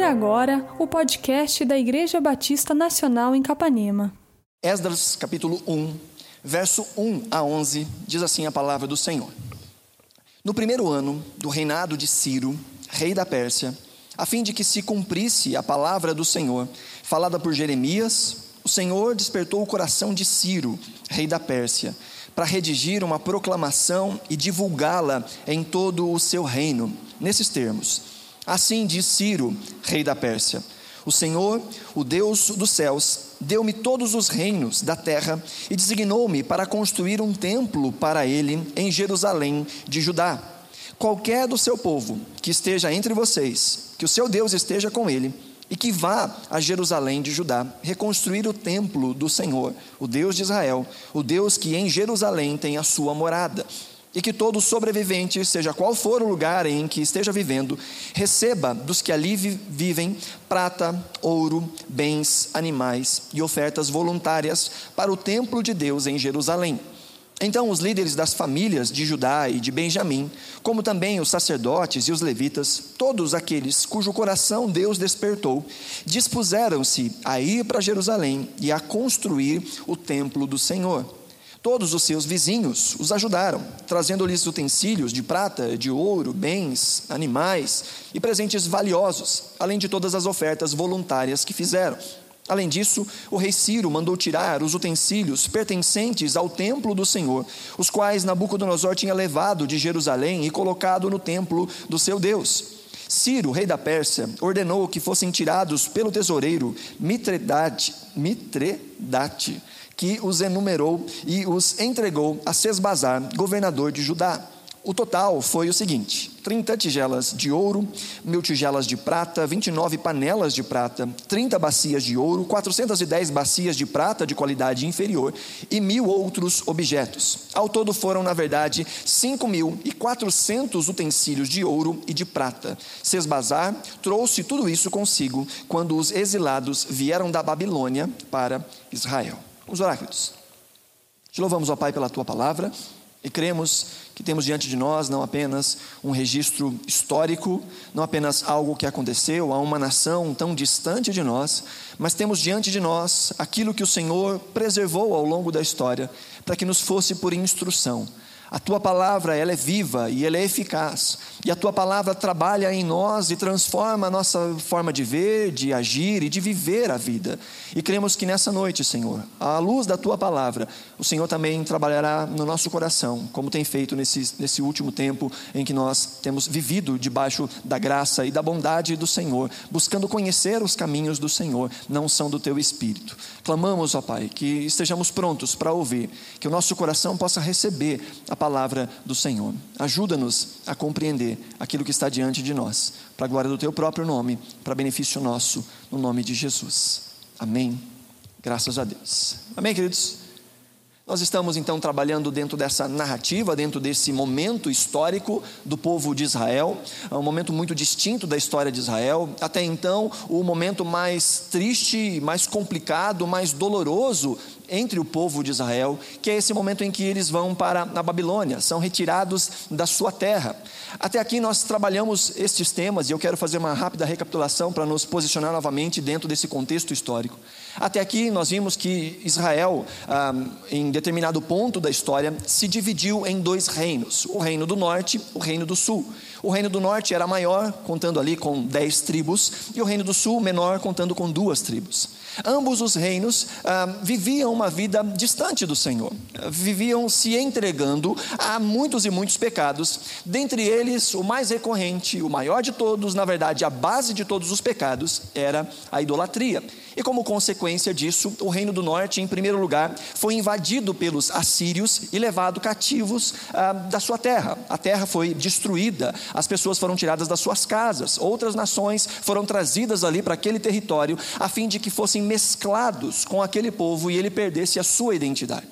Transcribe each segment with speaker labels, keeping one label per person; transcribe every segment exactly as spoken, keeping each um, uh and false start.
Speaker 1: agora o podcast da Igreja Batista Nacional em Capanema.
Speaker 2: Esdras capítulo um, verso um a onze, diz assim a palavra do Senhor. No primeiro ano do reinado de Ciro, rei da Pérsia, a fim de que se cumprisse a palavra do Senhor, falada por Jeremias, o Senhor despertou o coração de Ciro, rei da Pérsia, para redigir uma proclamação e divulgá-la em todo o seu reino, nesses termos. Assim diz Ciro, rei da Pérsia: o Senhor, o Deus dos céus, deu-me todos os reinos da terra e designou-me para construir um templo para ele em Jerusalém de Judá. Qualquer do seu povo que esteja entre vocês, que o seu Deus esteja com ele, e que vá a Jerusalém de Judá reconstruir o templo do Senhor, o Deus de Israel, o Deus que em Jerusalém tem a sua morada. E que todo sobrevivente, seja qual for o lugar em que esteja vivendo, receba dos que ali vivem prata, ouro, bens, animais e ofertas voluntárias para o templo de Deus em Jerusalém. Então os líderes das famílias de Judá e de Benjamim, como também os sacerdotes e os levitas, todos aqueles cujo coração Deus despertou, dispuseram-se a ir para Jerusalém e a construir o templo do Senhor. Todos os seus vizinhos os ajudaram, trazendo-lhes utensílios de prata, de ouro, bens, animais e presentes valiosos, além de todas as ofertas voluntárias que fizeram. Além disso, o rei Ciro mandou tirar os utensílios pertencentes ao templo do Senhor, os quais Nabucodonosor tinha levado de Jerusalém e colocado no templo do seu Deus. Ciro, rei da Pérsia, ordenou que fossem tirados pelo tesoureiro Mitredate, Mitredate, que os enumerou e os entregou a Sesbazar, governador de Judá. O total foi o seguinte: trinta tigelas de ouro, mil tigelas de prata, vinte e nove panelas de prata, trinta bacias de ouro, quatrocentas e dez bacias de prata de qualidade inferior e mil outros objetos. Ao todo foram, na verdade, cinco mil e quatrocentos utensílios de ouro e de prata. Sesbazar trouxe tudo isso consigo quando os exilados vieram da Babilônia para Israel. Vamos orar, queridos. Te louvamos, ó Pai, pela Tua palavra e cremos que temos diante de nós não apenas um registro histórico, não apenas algo que aconteceu a uma nação tão distante de nós, mas temos diante de nós aquilo que o Senhor preservou ao longo da história para que nos fosse por instrução. A Tua palavra, ela é viva e ela é eficaz, e a Tua palavra trabalha em nós e transforma a nossa forma de ver, de agir e de viver a vida. E cremos que nessa noite, Senhor, à luz da Tua palavra, o Senhor também trabalhará no nosso coração, como tem feito nesse, nesse último tempo em que nós temos vivido debaixo da graça e da bondade do Senhor, buscando conhecer os caminhos do Senhor, não são do Teu Espírito. Clamamos, ó Pai, que estejamos prontos para ouvir, que o nosso coração possa receber a palavra do Senhor. Ajuda-nos a compreender aquilo que está diante de nós, para a glória do Teu próprio nome, para benefício nosso, no nome de Jesus. Amém. Graças a Deus. Amém, queridos? Nós estamos então trabalhando dentro dessa narrativa, dentro desse momento histórico do povo de Israel, é um momento muito distinto da história de Israel. Até então, o momento mais triste, mais complicado, mais doloroso entre o povo de Israel, que é esse momento em que eles vão para a Babilônia, são retirados da sua terra. Até aqui nós trabalhamos estes temas e eu quero fazer uma rápida recapitulação para nos posicionar novamente dentro desse contexto histórico. Até aqui nós vimos que Israel, ah, em determinado ponto da história, se dividiu em dois reinos, o reino do norte, o reino do sul. O reino do norte era maior, contando ali com dez tribos, e o reino do sul menor, contando com duas tribos. Ambos os reinos ah, viviam uma vida distante do Senhor, viviam se entregando a muitos e muitos pecados, dentre eles o mais recorrente, o maior de todos, na verdade a base de todos os pecados era a idolatria. E como consequência disso, o reino do norte, em primeiro lugar, foi invadido pelos assírios e levado cativos ah, da sua terra. A terra foi destruída, as pessoas foram tiradas das suas casas, outras nações foram trazidas ali para aquele território, a fim de que fossem mesclados com aquele povo e ele perdesse a sua identidade.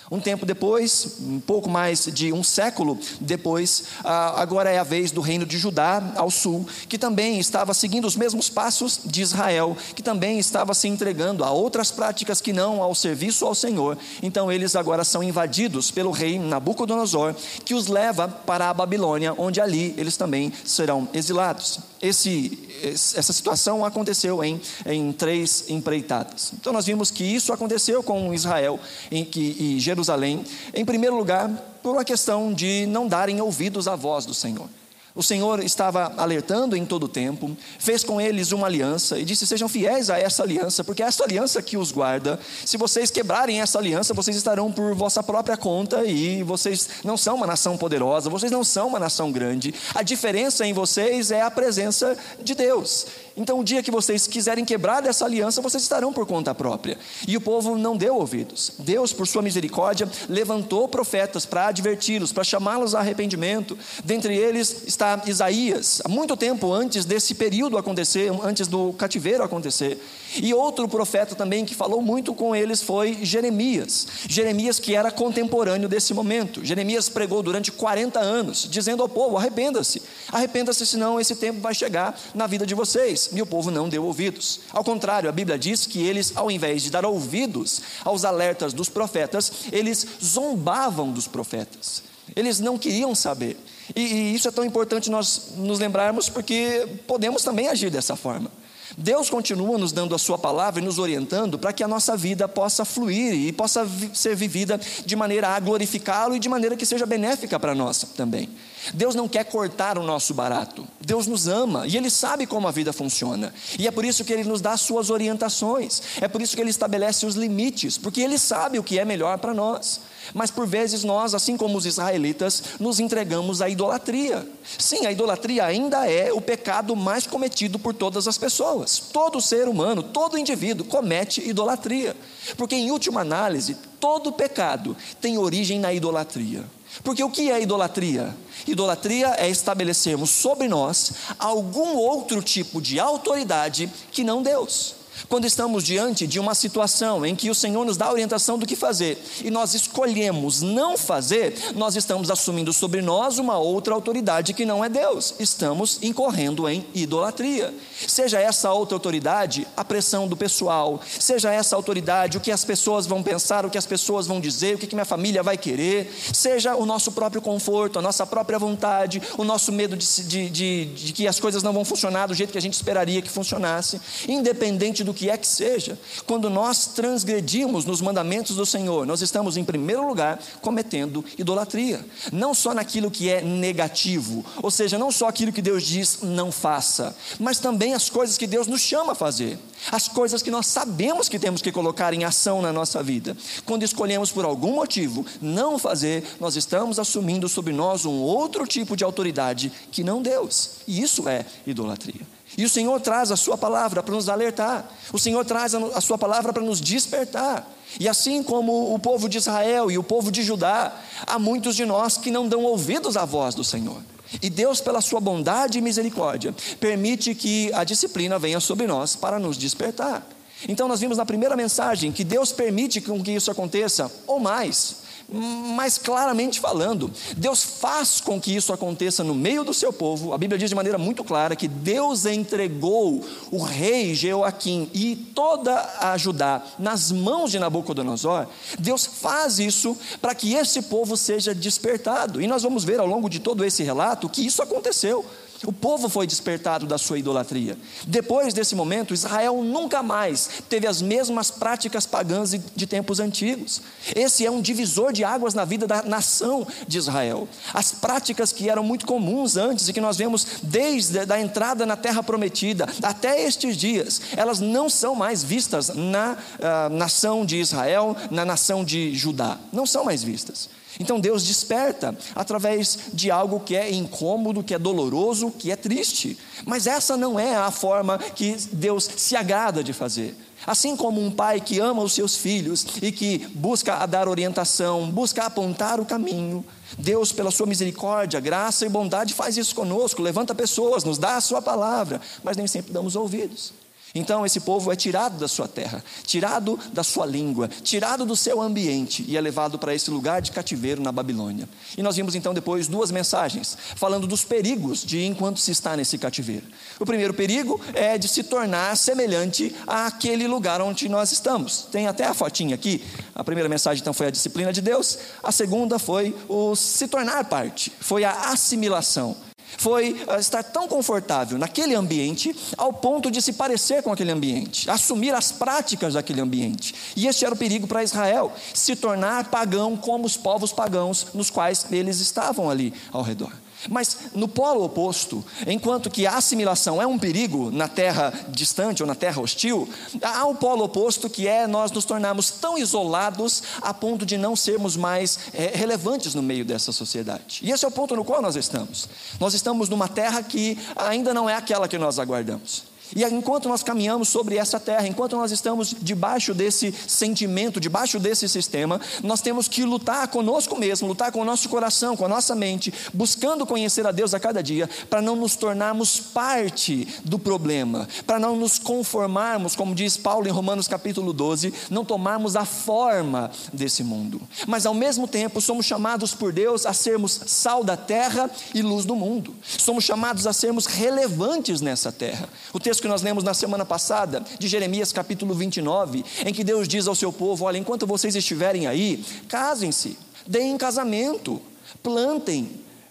Speaker 2: Um tempo depois, um pouco mais de um século depois, agora é a vez do reino de Judá ao sul, que também estava seguindo os mesmos passos de Israel, que também estava se entregando a outras práticas que não ao serviço ao Senhor. Então eles agora são invadidos pelo rei Nabucodonosor, que os leva para a Babilônia, onde ali eles também serão exilados. Esse, essa situação aconteceu em, em três empreitadas. Então nós vimos que isso aconteceu com Israel em que, e Jerusalém, em primeiro lugar, por uma questão de não darem ouvidos à voz do Senhor. O Senhor estava alertando em todo o tempo, fez com eles uma aliança e disse: sejam fiéis a essa aliança, porque é essa aliança que os guarda. Se vocês quebrarem essa aliança, vocês estarão por vossa própria conta, e vocês não são uma nação poderosa, vocês não são uma nação grande. A diferença em vocês é a presença de Deus. Então, o dia que vocês quiserem quebrar essa aliança, vocês estarão por conta própria. E o povo não deu ouvidos. Deus, por sua misericórdia, levantou profetas para adverti-los, para chamá-los a arrependimento. Dentre eles está Isaías, há muito tempo antes desse período acontecer, antes do cativeiro acontecer. E outro profeta também que falou muito com eles foi Jeremias. Jeremias, que era contemporâneo desse momento. Jeremias pregou durante quarenta anos, dizendo ao povo: arrependa-se, arrependa-se, senão esse tempo vai chegar na vida de vocês. E o povo não deu ouvidos. Ao contrário, a Bíblia diz que eles, ao invés de dar ouvidos aos alertas dos profetas, eles zombavam dos profetas. Eles não queriam saber. E, e isso é tão importante nós nos lembrarmos, porque podemos também agir dessa forma. Deus continua nos dando a sua palavra e nos orientando para que a nossa vida possa fluir e possa vi- ser vivida de maneira a glorificá-lo e de maneira que seja benéfica para nós também. Deus não quer cortar o nosso barato. Deus nos ama e Ele sabe como a vida funciona. E é por isso que Ele nos dá as suas orientações. É por isso que Ele estabelece os limites, porque Ele sabe o que é melhor para nós. Mas por vezes nós, assim como os israelitas, nos entregamos à idolatria. Sim, a idolatria ainda é o pecado mais cometido por todas as pessoas. Todo ser humano, todo indivíduo comete idolatria. Porque em última análise, todo pecado tem origem na idolatria. Porque o que é idolatria? Idolatria é estabelecermos sobre nós algum outro tipo de autoridade que não Deus. Quando estamos diante de uma situação em que o Senhor nos dá a orientação do que fazer e nós escolhemos não fazer, nós estamos assumindo sobre nós uma outra autoridade que não é Deus. Estamos incorrendo em idolatria. Seja essa outra autoridade a pressão do pessoal, seja essa autoridade o que as pessoas vão pensar, o que as pessoas vão dizer, o que minha família vai querer, seja o nosso próprio conforto, a nossa própria vontade, o nosso medo de, de, de, de que as coisas não vão funcionar do jeito que a gente esperaria que funcionasse. Independente do que é que seja, quando nós transgredimos nos mandamentos do Senhor, nós estamos em primeiro lugar cometendo idolatria, não só naquilo que é negativo, ou seja, não só aquilo que Deus diz não faça, mas também as coisas que Deus nos chama a fazer, as coisas que nós sabemos que temos que colocar em ação na nossa vida. Quando escolhemos por algum motivo não fazer, nós estamos assumindo sobre nós um outro tipo de autoridade que não Deus, e isso é idolatria. E o Senhor traz a sua palavra para nos alertar. O Senhor traz a sua palavra para nos despertar. E assim como o povo de Israel e o povo de Judá, há muitos de nós que não dão ouvidos à voz do Senhor. E Deus, pela sua bondade e misericórdia, permite que a disciplina venha sobre nós para nos despertar. Então nós vimos na primeira mensagem que Deus permite com que isso aconteça, ou mais. Mas claramente falando, Deus faz com que isso aconteça no meio do seu povo. A Bíblia diz de maneira muito clara que Deus entregou o rei Jeoaquim e toda a Judá nas mãos de Nabucodonosor. Deus faz isso para que esse povo seja despertado, e nós vamos ver ao longo de todo esse relato que isso aconteceu. O povo foi despertado da sua idolatria. Depois desse momento, Israel nunca mais teve as mesmas práticas pagãs de tempos antigos. Esse é um divisor de águas na vida da nação de Israel. As práticas que eram muito comuns antes e que nós vemos desde a entrada na terra prometida até estes dias, elas não são mais vistas na uh, nação de Israel, na nação de Judá. Não são mais vistas. Então Deus desperta através de algo que é incômodo, que é doloroso, que é triste. Mas essa não é a forma que Deus se agrada de fazer. Assim como um pai que ama os seus filhos e que busca dar orientação, busca apontar o caminho, Deus, pela sua misericórdia, graça e bondade, faz isso conosco, levanta pessoas, nos dá a sua palavra, mas nem sempre damos ouvidos. Então esse povo é tirado da sua terra, tirado da sua língua, tirado do seu ambiente e é levado para esse lugar de cativeiro na Babilônia. E nós vimos então depois duas mensagens, falando dos perigos de enquanto se está nesse cativeiro. O primeiro perigo é de se tornar semelhante àquele lugar onde nós estamos. Tem até a fotinha aqui. A primeira mensagem então foi a disciplina de Deus, a segunda foi o se tornar parte, foi a assimilação. Foi estar tão confortável naquele ambiente ao ponto de se parecer com aquele ambiente, assumir as práticas daquele ambiente. E este era o perigo para Israel, se tornar pagão como os povos pagãos nos quais eles estavam ali ao redor. Mas no polo oposto, enquanto que a assimilação é um perigo na terra distante ou na terra hostil, há o polo oposto que é nós nos tornarmos tão isolados a ponto de não sermos mais é, relevantes no meio dessa sociedade. E esse é o ponto no qual nós estamos. Nós estamos numa terra que ainda não é aquela que nós aguardamos. E enquanto nós caminhamos sobre essa terra, enquanto nós estamos debaixo desse sentimento, debaixo desse sistema, nós temos que lutar conosco mesmo, lutar com o nosso coração, com a nossa mente, buscando conhecer a Deus a cada dia, para não nos tornarmos parte do problema, para não nos conformarmos, como diz Paulo em Romanos capítulo doze, não tomarmos a forma desse mundo. Mas ao mesmo tempo somos chamados por Deus a sermos sal da terra e luz do mundo. Somos chamados a sermos relevantes nessa terra. O texto que nós lemos na semana passada, de Jeremias capítulo vinte e nove, em que Deus diz ao seu povo: olha, enquanto vocês estiverem aí, casem-se, deem casamento, plantem,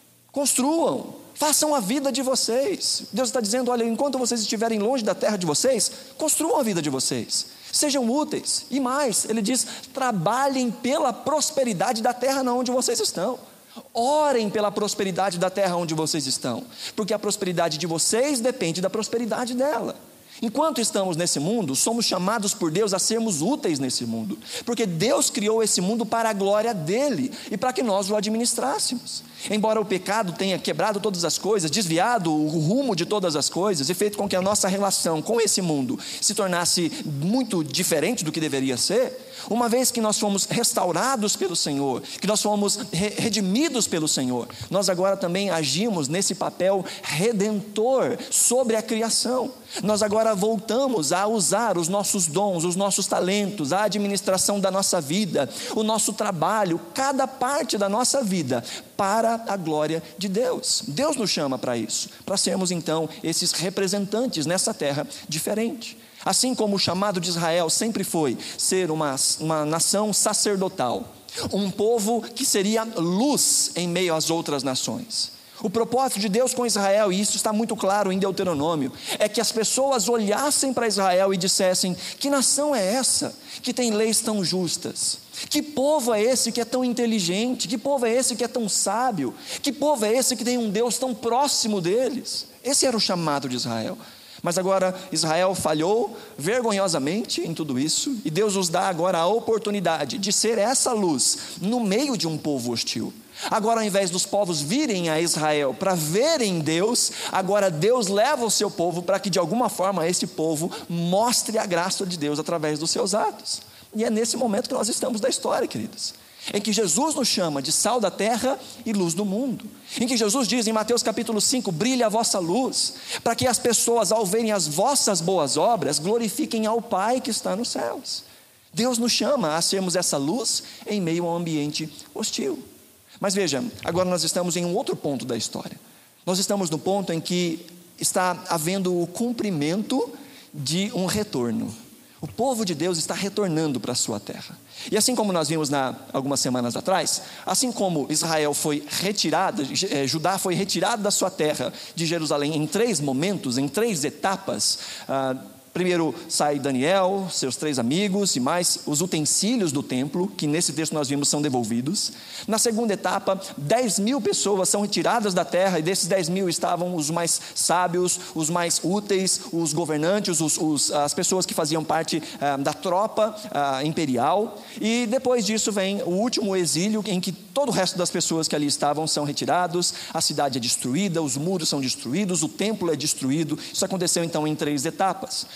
Speaker 2: construam, façam a vida de vocês. Deus está dizendo: olha, enquanto vocês estiverem longe da terra de vocês, construam a vida de vocês, sejam úteis, e mais, ele diz, trabalhem pela prosperidade da terra na onde vocês estão. Orem pela prosperidade da terra onde vocês estão, porque a prosperidade de vocês depende da prosperidade dela. Enquanto estamos nesse mundo, somos chamados por Deus a sermos úteis nesse mundo, porque Deus criou esse mundo para a glória dele e para que nós o administrássemos. Embora o pecado tenha quebrado todas as coisas, desviado o rumo de todas as coisas e feito com que a nossa relação com esse mundo se tornasse muito diferente do que deveria ser, uma vez que nós fomos restaurados pelo Senhor, que nós fomos redimidos pelo Senhor, nós agora também agimos nesse papel redentor sobre a criação. Nós agora voltamos a usar os nossos dons, os nossos talentos, a administração da nossa vida, o nosso trabalho, cada parte da nossa vida, para a glória de Deus. Deus nos chama para isso, para sermos então esses representantes nessa terra diferente. Assim como o chamado de Israel sempre foi ser uma, uma nação sacerdotal, um povo que seria luz em meio às outras nações. O propósito de Deus com Israel, e isso está muito claro em Deuteronômio, é que as pessoas olhassem para Israel e dissessem: que nação é essa que tem leis tão justas? Que povo é esse que é tão inteligente? Que povo é esse que é tão sábio? Que povo é esse que tem um Deus tão próximo deles? Esse era o chamado de Israel. Mas agora Israel falhou vergonhosamente em tudo isso, e Deus nos dá agora a oportunidade de ser essa luz no meio de um povo hostil. Agora, ao invés dos povos virem a Israel para verem Deus, agora Deus leva o seu povo para que de alguma forma esse povo mostre a graça de Deus através dos seus atos. E é nesse momento que nós estamos da história, queridos, em que Jesus nos chama de sal da terra e luz do mundo, em que Jesus diz em Mateus capítulo cinco: brilhe a vossa luz, para que as pessoas, ao verem as vossas boas obras, glorifiquem ao Pai que está nos céus. Deus nos chama a sermos essa luz em meio a um ambiente hostil. Mas veja, agora nós estamos em um outro ponto da história. Nós estamos no ponto em que está havendo o cumprimento de um retorno. O povo de Deus está retornando para a sua terra. E assim como nós vimos na, algumas semanas atrás, assim como Israel foi retirado, eh, Judá foi retirado da sua terra de Jerusalém em três momentos, em três etapas. Ah, Primeiro sai Daniel, seus três amigos e mais os utensílios do templo, que nesse texto nós vimos são devolvidos. Na segunda etapa, dez mil pessoas são retiradas da terra, e desses dez mil estavam os mais sábios, os mais úteis, os governantes, os, os, as pessoas que faziam parte ah, da tropa ah, imperial. E depois disso vem o último exílio, em que todo o resto das pessoas que ali estavam são retirados, a cidade é destruída, os muros são destruídos, o templo é destruído. Isso aconteceu então em três etapas.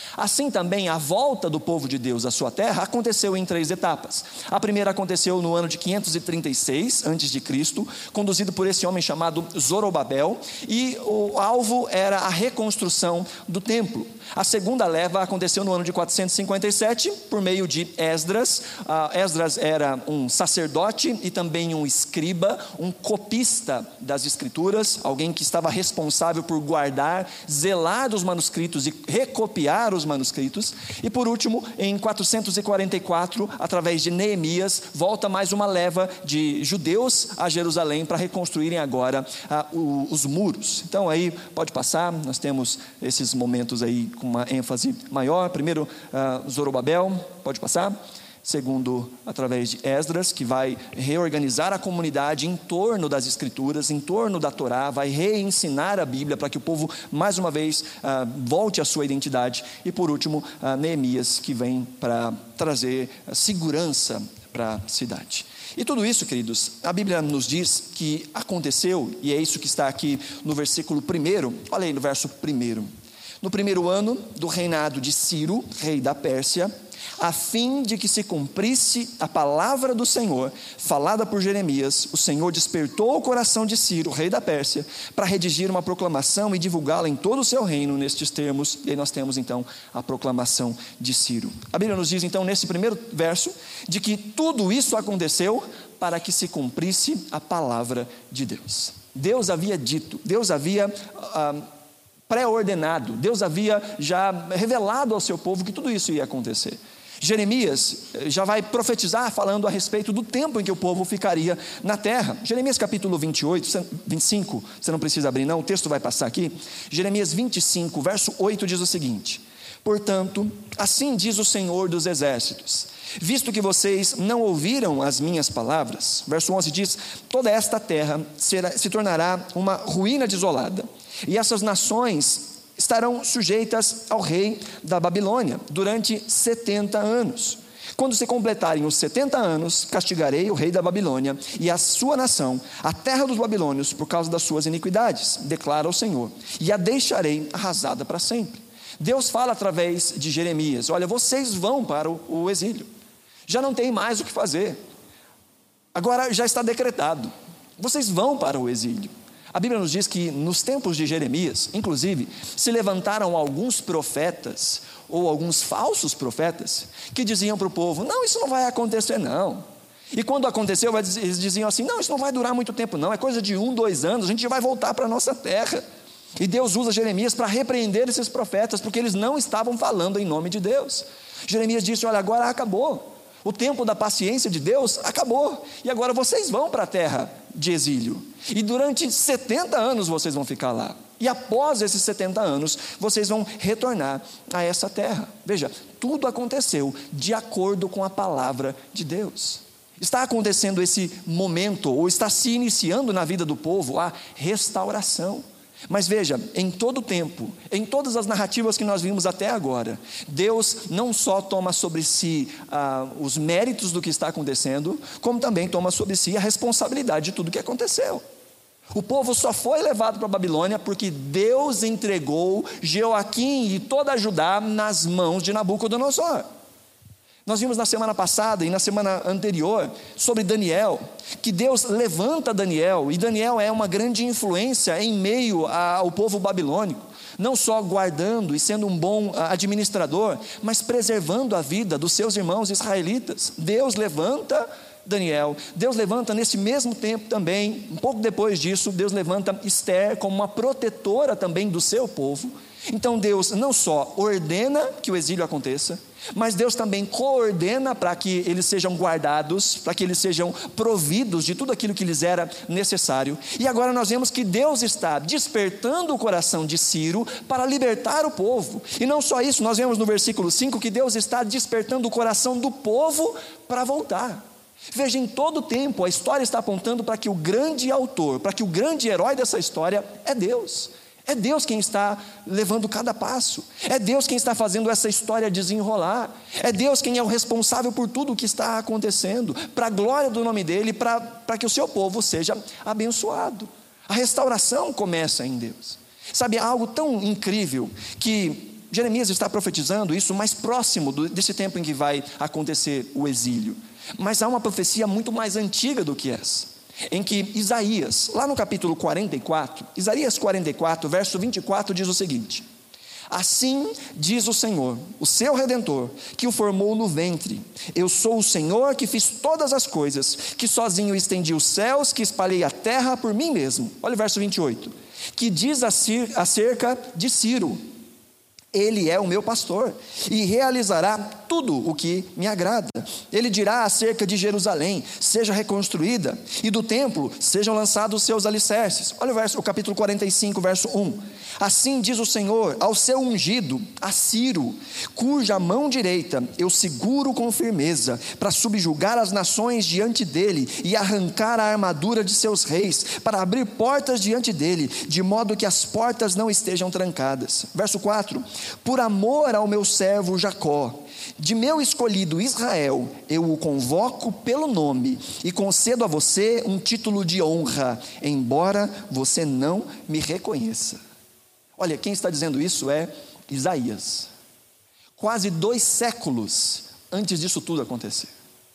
Speaker 2: Assim também a volta do povo de Deus à sua terra aconteceu em três etapas. A primeira aconteceu no ano de quinhentos e trinta e seis antes de Cristo, conduzido por esse homem chamado Zorobabel, e o alvo era a reconstrução do templo. A segunda leva aconteceu no ano de quatrocentos e cinquenta e sete, por meio de Esdras. Uh, Esdras era um sacerdote e também um escriba, um copista das escrituras, alguém que estava responsável por guardar, zelar dos manuscritos e recopiar os manuscritos. E por último, em quatrocentos e quarenta e quatro, através de Neemias, volta mais uma leva de judeus a Jerusalém para reconstruírem agora uh, o, os muros. Então aí pode passar, nós temos esses momentos aí com uma ênfase maior. Primeiro, uh, Zorobabel, pode passar. Segundo, através de Esdras, que vai reorganizar a comunidade em torno das escrituras, em torno da Torá, vai reensinar a Bíblia para que o povo, mais uma vez, uh, volte à sua identidade. E por último, uh, Neemias, que vem para trazer uh, segurança para a cidade. E tudo isso, queridos, a Bíblia nos diz que aconteceu, e é isso que está aqui no versículo primeiro. Olha aí no verso primeiro. No primeiro ano do reinado de Ciro, rei da Pérsia, a fim de que se cumprisse a palavra do Senhor, falada por Jeremias, o Senhor despertou o coração de Ciro, rei da Pérsia, para redigir uma proclamação e divulgá-la em todo o seu reino nestes termos. E aí nós temos então a proclamação de Ciro. A Bíblia nos diz então nesse primeiro verso, de que tudo isso aconteceu para que se cumprisse a palavra de Deus. Deus havia dito, Deus havia ah, pré-ordenado, Deus havia já revelado ao seu povo que tudo isso ia acontecer. Jeremias já vai profetizar falando a respeito do tempo em que o povo ficaria na terra. Jeremias capítulo vinte e oito, vinte e cinco, você não precisa abrir não, o texto vai passar aqui. Jeremias vinte e cinco, verso oito diz o seguinte: portanto, assim diz o Senhor dos exércitos, visto que vocês não ouviram as minhas palavras. Verso onze diz: toda esta terra será, se tornará uma ruína desolada, e essas nações estarão sujeitas ao rei da Babilônia durante setenta anos. Quando se completarem os setenta anos, castigarei o rei da Babilônia e a sua nação, a terra dos babilônios, por causa das suas iniquidades, declara o Senhor, e a deixarei arrasada para sempre. Deus fala através de Jeremias: olha, vocês vão para o, o exílio, já não tem mais o que fazer, agora já está decretado, vocês vão para o exílio. A Bíblia nos diz que nos tempos de Jeremias, inclusive, se levantaram alguns profetas, ou alguns falsos profetas, que diziam para o povo: não, isso não vai acontecer não. E quando aconteceu, eles diziam assim: não, isso não vai durar muito tempo não, é coisa de um, dois anos, a gente vai voltar para a nossa terra. E Deus usa Jeremias para repreender esses profetas, porque eles não estavam falando em nome de Deus. Jeremias disse: olha, agora acabou, o tempo da paciência de Deus acabou, e agora vocês vão para a terra de exílio, e durante setenta anos vocês vão ficar lá, e após esses setenta anos, vocês vão retornar a essa terra. Veja, tudo aconteceu de acordo com a palavra de Deus. Está acontecendo esse momento, ou está se iniciando na vida do povo, a restauração. Mas veja, em todo o tempo, em todas as narrativas que nós vimos até agora, Deus não só toma sobre si ah, os méritos do que está acontecendo, como também toma sobre si a responsabilidade de tudo que aconteceu. O povo só foi levado para a Babilônia porque Deus entregou Jeoaquim e toda Judá nas mãos de Nabucodonosor. Nós vimos na semana passada e na semana anterior sobre Daniel, que Deus levanta Daniel, e Daniel é uma grande influência em meio ao povo babilônico, não só guardando e sendo um bom administrador, mas preservando a vida dos seus irmãos israelitas. Deus levanta Daniel, Deus levanta nesse mesmo tempo também, um pouco depois disso, Deus levanta Esther como uma protetora também do seu povo. Então Deus não só ordena que o exílio aconteça, mas Deus também coordena para que eles sejam guardados, para que eles sejam providos de tudo aquilo que lhes era necessário. E agora nós vemos que Deus está despertando o coração de Ciro para libertar o povo. E não só isso, nós vemos no versículo cinco que Deus está despertando o coração do povo para voltar. Veja, em todo o tempo a história está apontando para que o grande autor, para que o grande herói dessa história é Deus. É Deus quem está levando cada passo, é Deus quem está fazendo essa história desenrolar, é Deus quem é o responsável por tudo o que está acontecendo, para a glória do nome dEle, para, para que o seu povo seja abençoado. A restauração começa em Deus. Sabe, algo tão incrível que Jeremias está profetizando isso mais próximo do, desse tempo em que vai acontecer o exílio. Mas há uma profecia muito mais antiga do que essa, em que Isaías, lá no capítulo quarenta e quatro, Isaías quarenta e quatro, verso vinte e quatro, diz o seguinte: assim diz o Senhor, o seu Redentor, que o formou no ventre: eu sou o Senhor que fiz todas as coisas, que sozinho estendi os céus, que espalhei a terra por mim mesmo. Olha o verso vinte e oito, que diz acerca de Ciro: ele é o meu pastor e realizará tudo o que me agrada. Ele dirá acerca de Jerusalém: seja reconstruída, e do templo sejam lançados os seus alicerces. Olha o, verso, o capítulo quarenta e cinco, verso um: assim diz o Senhor ao seu ungido, a Ciro, cuja mão direita eu seguro com firmeza, para subjugar as nações diante dele e arrancar a armadura de seus reis, para abrir portas diante dele, de modo que as portas não estejam trancadas. Verso quatro: por amor ao meu servo Jacó, de meu escolhido Israel, eu o convoco pelo nome e concedo a você um título de honra, embora você não me reconheça. Olha, quem está dizendo isso é Isaías, quase dois séculos antes disso tudo acontecer.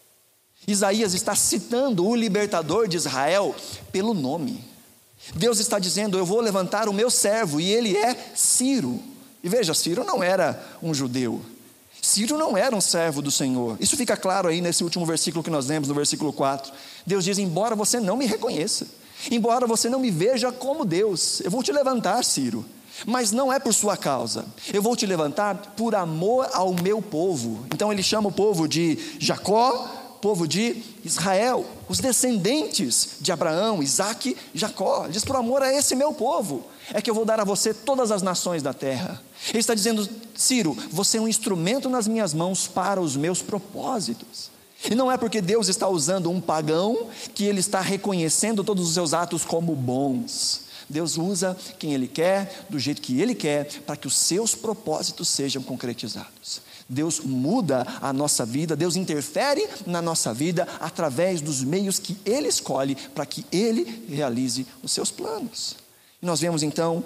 Speaker 2: Isaías está citando o libertador de Israel pelo nome. Deus está dizendo: eu vou levantar o meu servo, e ele é Ciro. E veja, Ciro não era um judeu, Ciro não era um servo do Senhor. Isso fica claro aí nesse último versículo que nós lemos, no versículo quatro. Deus diz: embora você não me reconheça, embora você não me veja como Deus, eu vou te levantar, Ciro, mas não é por sua causa, eu vou te levantar por amor ao meu povo. Então ele chama o povo de Jacó, povo de Israel, os descendentes de Abraão, Isaque, Jacó. Ele diz: por amor a esse meu povo é que eu vou dar a você todas as nações da terra. Ele está dizendo: Ciro, você é um instrumento nas minhas mãos para os meus propósitos. E não é porque Deus está usando um pagão que ele está reconhecendo todos os seus atos como bons. Deus usa quem Ele quer, do jeito que Ele quer, para que os seus propósitos sejam concretizados. Deus muda a nossa vida, Deus interfere na nossa vida através dos meios que Ele escolhe para que Ele realize os seus planos. E nós vemos então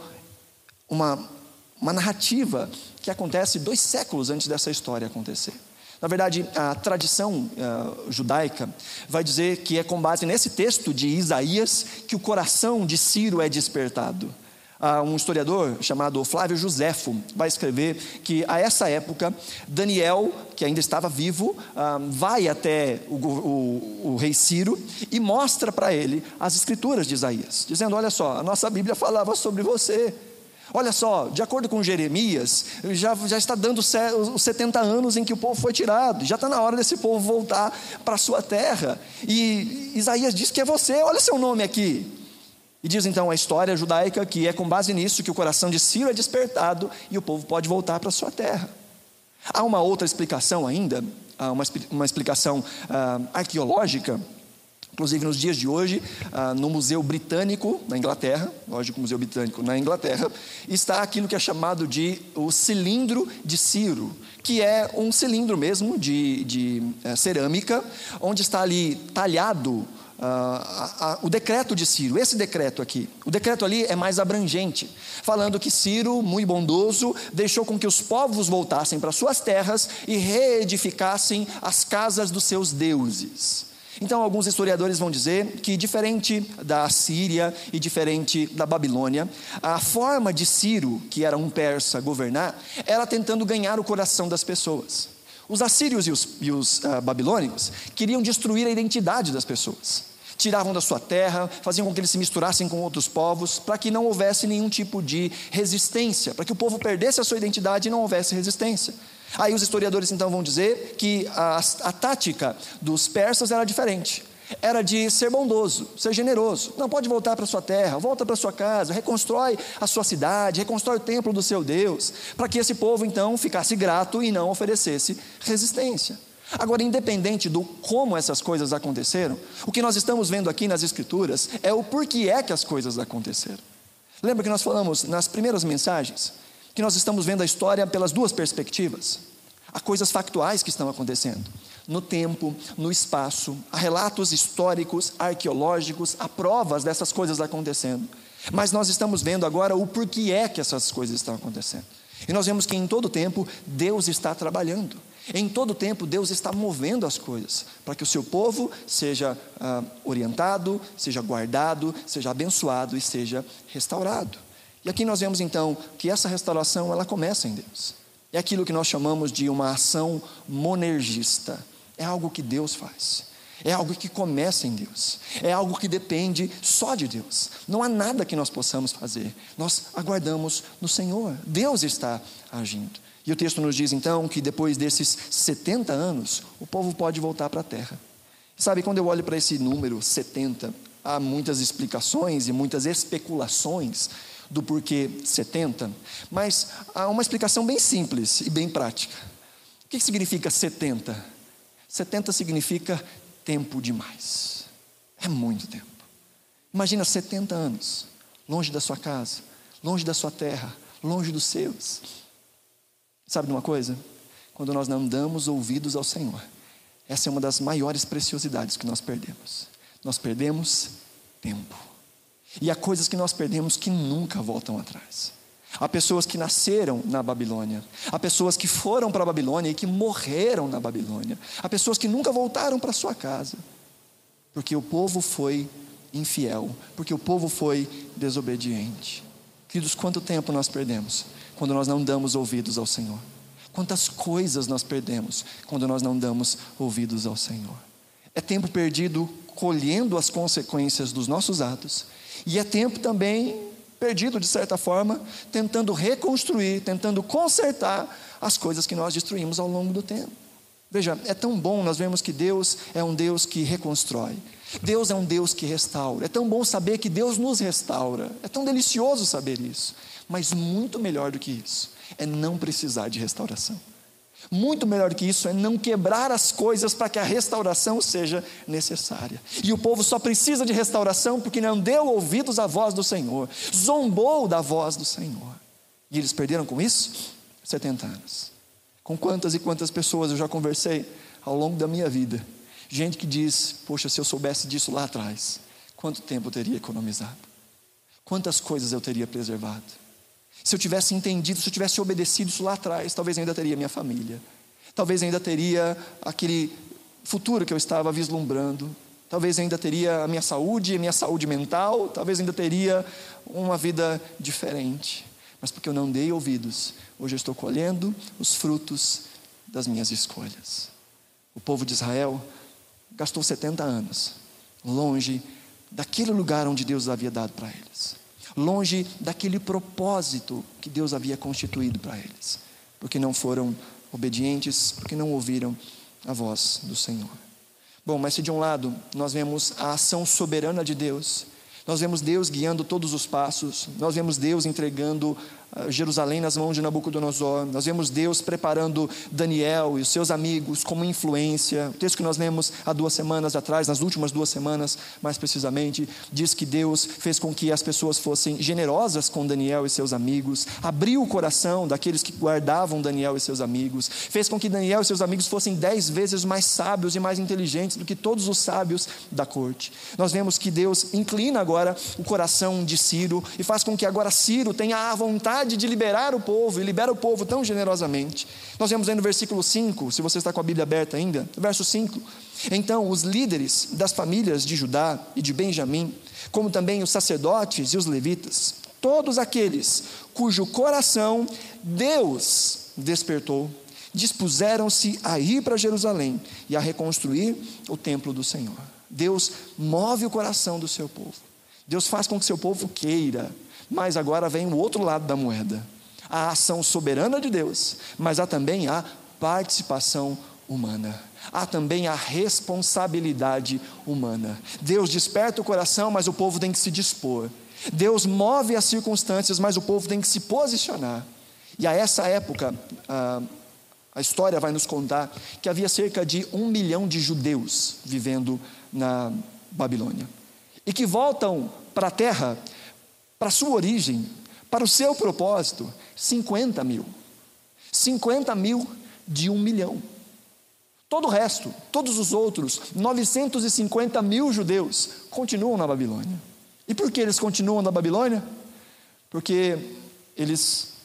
Speaker 2: uma, uma narrativa que acontece dois séculos antes dessa história acontecer. Na verdade, a tradição uh, judaica vai dizer que é com base nesse texto de Isaías que o coração de Ciro é despertado. Uh, um historiador chamado Flávio Joséfo vai escrever que a essa época Daniel, que ainda estava vivo, uh, vai até o, o, o rei Ciro e mostra para ele as escrituras de Isaías, dizendo: olha só, a nossa Bíblia falava sobre você. Olha só, de acordo com Jeremias, já, já está dando os setenta anos em que o povo foi tirado, já está na hora desse povo voltar para a sua terra, e Isaías diz que é você, olha seu nome aqui. E diz então a história judaica que é com base nisso que o coração de Ciro é despertado e o povo pode voltar para a sua terra. Há uma outra explicação ainda, uma, uma explicação uh, arqueológica. Inclusive nos dias de hoje, no Museu Britânico, na Inglaterra, lógico, o Museu Britânico na Inglaterra, está aquilo que é chamado de o cilindro de Ciro, que é um cilindro mesmo de, de é, cerâmica, onde está ali talhado Uh, a, a, o decreto de Ciro, esse decreto aqui. O decreto ali é mais abrangente, falando que Ciro, muito bondoso, deixou com que os povos voltassem para suas terras e reedificassem as casas dos seus deuses. Então alguns historiadores vão dizer que, diferente da Síria e diferente da Babilônia, a forma de Ciro, que era um persa, governar, era tentando ganhar o coração das pessoas. Os assírios e os, e os uh, babilônicos queriam destruir a identidade das pessoas. Tiravam da sua terra, faziam com que eles se misturassem com outros povos, para que não houvesse nenhum tipo de resistência, para que o povo perdesse a sua identidade e não houvesse resistência. Aí os historiadores então vão dizer que a, a tática dos persas era diferente. Era de ser bondoso, ser generoso. Não, pode voltar para a sua terra, volta para a sua casa, reconstrói a sua cidade, reconstrói o templo do seu Deus, para que esse povo então ficasse grato e não oferecesse resistência. Agora, independente do como essas coisas aconteceram, o que nós estamos vendo aqui nas Escrituras é o porquê é que as coisas aconteceram. Lembra que nós falamos nas primeiras mensagens que nós estamos vendo a história pelas duas perspectivas? Há coisas factuais que estão acontecendo no tempo, no espaço, há relatos históricos, arqueológicos, há provas dessas coisas acontecendo. Mas nós estamos vendo agora o porquê é que essas coisas estão acontecendo. E nós vemos que em todo tempo Deus está trabalhando. Em todo tempo Deus está movendo as coisas para que o seu povo seja ah, orientado, seja guardado, seja abençoado e seja restaurado. E aqui nós vemos então que essa restauração ela começa em Deus. É aquilo que nós chamamos de uma ação monergista. É algo que Deus faz. É algo que começa em Deus. É algo que depende só de Deus. Não há nada que nós possamos fazer. Nós aguardamos no Senhor. Deus está agindo. E o texto nos diz então que depois desses setenta anos, o povo pode voltar para a terra. Sabe, quando eu olho para esse número setenta, há muitas explicações e muitas especulações do porquê setenta, mas há uma explicação bem simples e bem prática. O que significa setenta? setenta significa tempo demais. É muito tempo. Imagina setenta anos, longe da sua casa, longe da sua terra, longe dos seus. Sabe de uma coisa? Quando nós não damos ouvidos ao Senhor, essa é uma das maiores preciosidades que nós perdemos. Nós perdemos tempo. E há coisas que nós perdemos que nunca voltam atrás. Há pessoas que nasceram na Babilônia. Há pessoas que foram para a Babilônia e que morreram na Babilônia. Há pessoas que nunca voltaram para sua casa. Porque o povo foi infiel. Porque o povo foi desobediente. Queridos, quanto tempo nós perdemos quando nós não damos ouvidos ao Senhor? Quantas coisas nós perdemos quando nós não damos ouvidos ao Senhor? É tempo perdido colhendo as consequências dos nossos atos. E é tempo também perdido, de certa forma, tentando reconstruir, tentando consertar as coisas que nós destruímos ao longo do tempo. Veja, é tão bom nós vemos que Deus é um Deus que reconstrói. Deus é um Deus que restaura. É tão bom saber que Deus nos restaura. É tão delicioso saber isso. Mas muito melhor do que isso é não precisar de restauração. Muito melhor do que isso é não quebrar as coisas para que a restauração seja necessária. E o povo só precisa de restauração porque não deu ouvidos à voz do Senhor, zombou da voz do Senhor. E eles perderam com isso setenta anos. Com quantas e quantas pessoas eu já conversei ao longo da minha vida. Gente que diz, poxa, se eu soubesse disso lá atrás, quanto tempo eu teria economizado? Quantas coisas eu teria preservado? Se eu tivesse entendido, se eu tivesse obedecido isso lá atrás, talvez eu ainda teria minha família. Talvez eu ainda teria aquele futuro que eu estava vislumbrando. Talvez eu ainda teria a minha saúde, a minha saúde mental. Talvez eu ainda teria uma vida diferente. Mas porque eu não dei ouvidos, hoje eu estou colhendo os frutos das minhas escolhas. O povo de Israel gastou setenta anos longe daquele lugar onde Deus havia dado para eles. Longe daquele propósito que Deus havia constituído para eles, porque não foram obedientes, porque não ouviram a voz do Senhor. Bom, mas se de um lado nós vemos a ação soberana de Deus, nós vemos Deus guiando todos os passos, nós vemos Deus entregando Jerusalém nas mãos de Nabucodonosor, nós vemos Deus preparando Daniel e os seus amigos como influência. O texto que nós lemos há duas semanas atrás, nas últimas duas semanas mais precisamente, diz que Deus fez com que as pessoas fossem generosas com Daniel e seus amigos, abriu o coração daqueles que guardavam Daniel e seus amigos, fez com que Daniel e seus amigos fossem dez vezes mais sábios e mais inteligentes do que todos os sábios da corte. Nós vemos que Deus inclina agora o coração de Ciro e faz com que agora Ciro tenha a vontade de liberar o povo, e libera o povo tão generosamente. Nós vemos aí no versículo cinco, se você está com a Bíblia aberta ainda, verso cinco. Então os líderes das famílias de Judá e de Benjamim, como também os sacerdotes e os levitas, todos aqueles cujo coração Deus despertou, dispuseram-se a ir para Jerusalém e a reconstruir o templo do Senhor. Deus move o coração do seu povo. Deus faz com que seu povo queira. Mas agora vem o outro lado da moeda. A ação soberana de Deus, mas há também a participação humana. Há também a responsabilidade humana. Deus desperta o coração, mas o povo tem que se dispor. Deus move as circunstâncias, mas o povo tem que se posicionar. E a essa época, a, a história vai nos contar que havia cerca de um milhão de judeus vivendo na Babilônia. E que voltam para a terra, para a sua origem, para o seu propósito, cinquenta mil. cinquenta mil de um milhão. Todo o resto, todos os outros, novecentos e cinquenta mil judeus, continuam na Babilônia. E por que eles continuam na Babilônia? Porque eles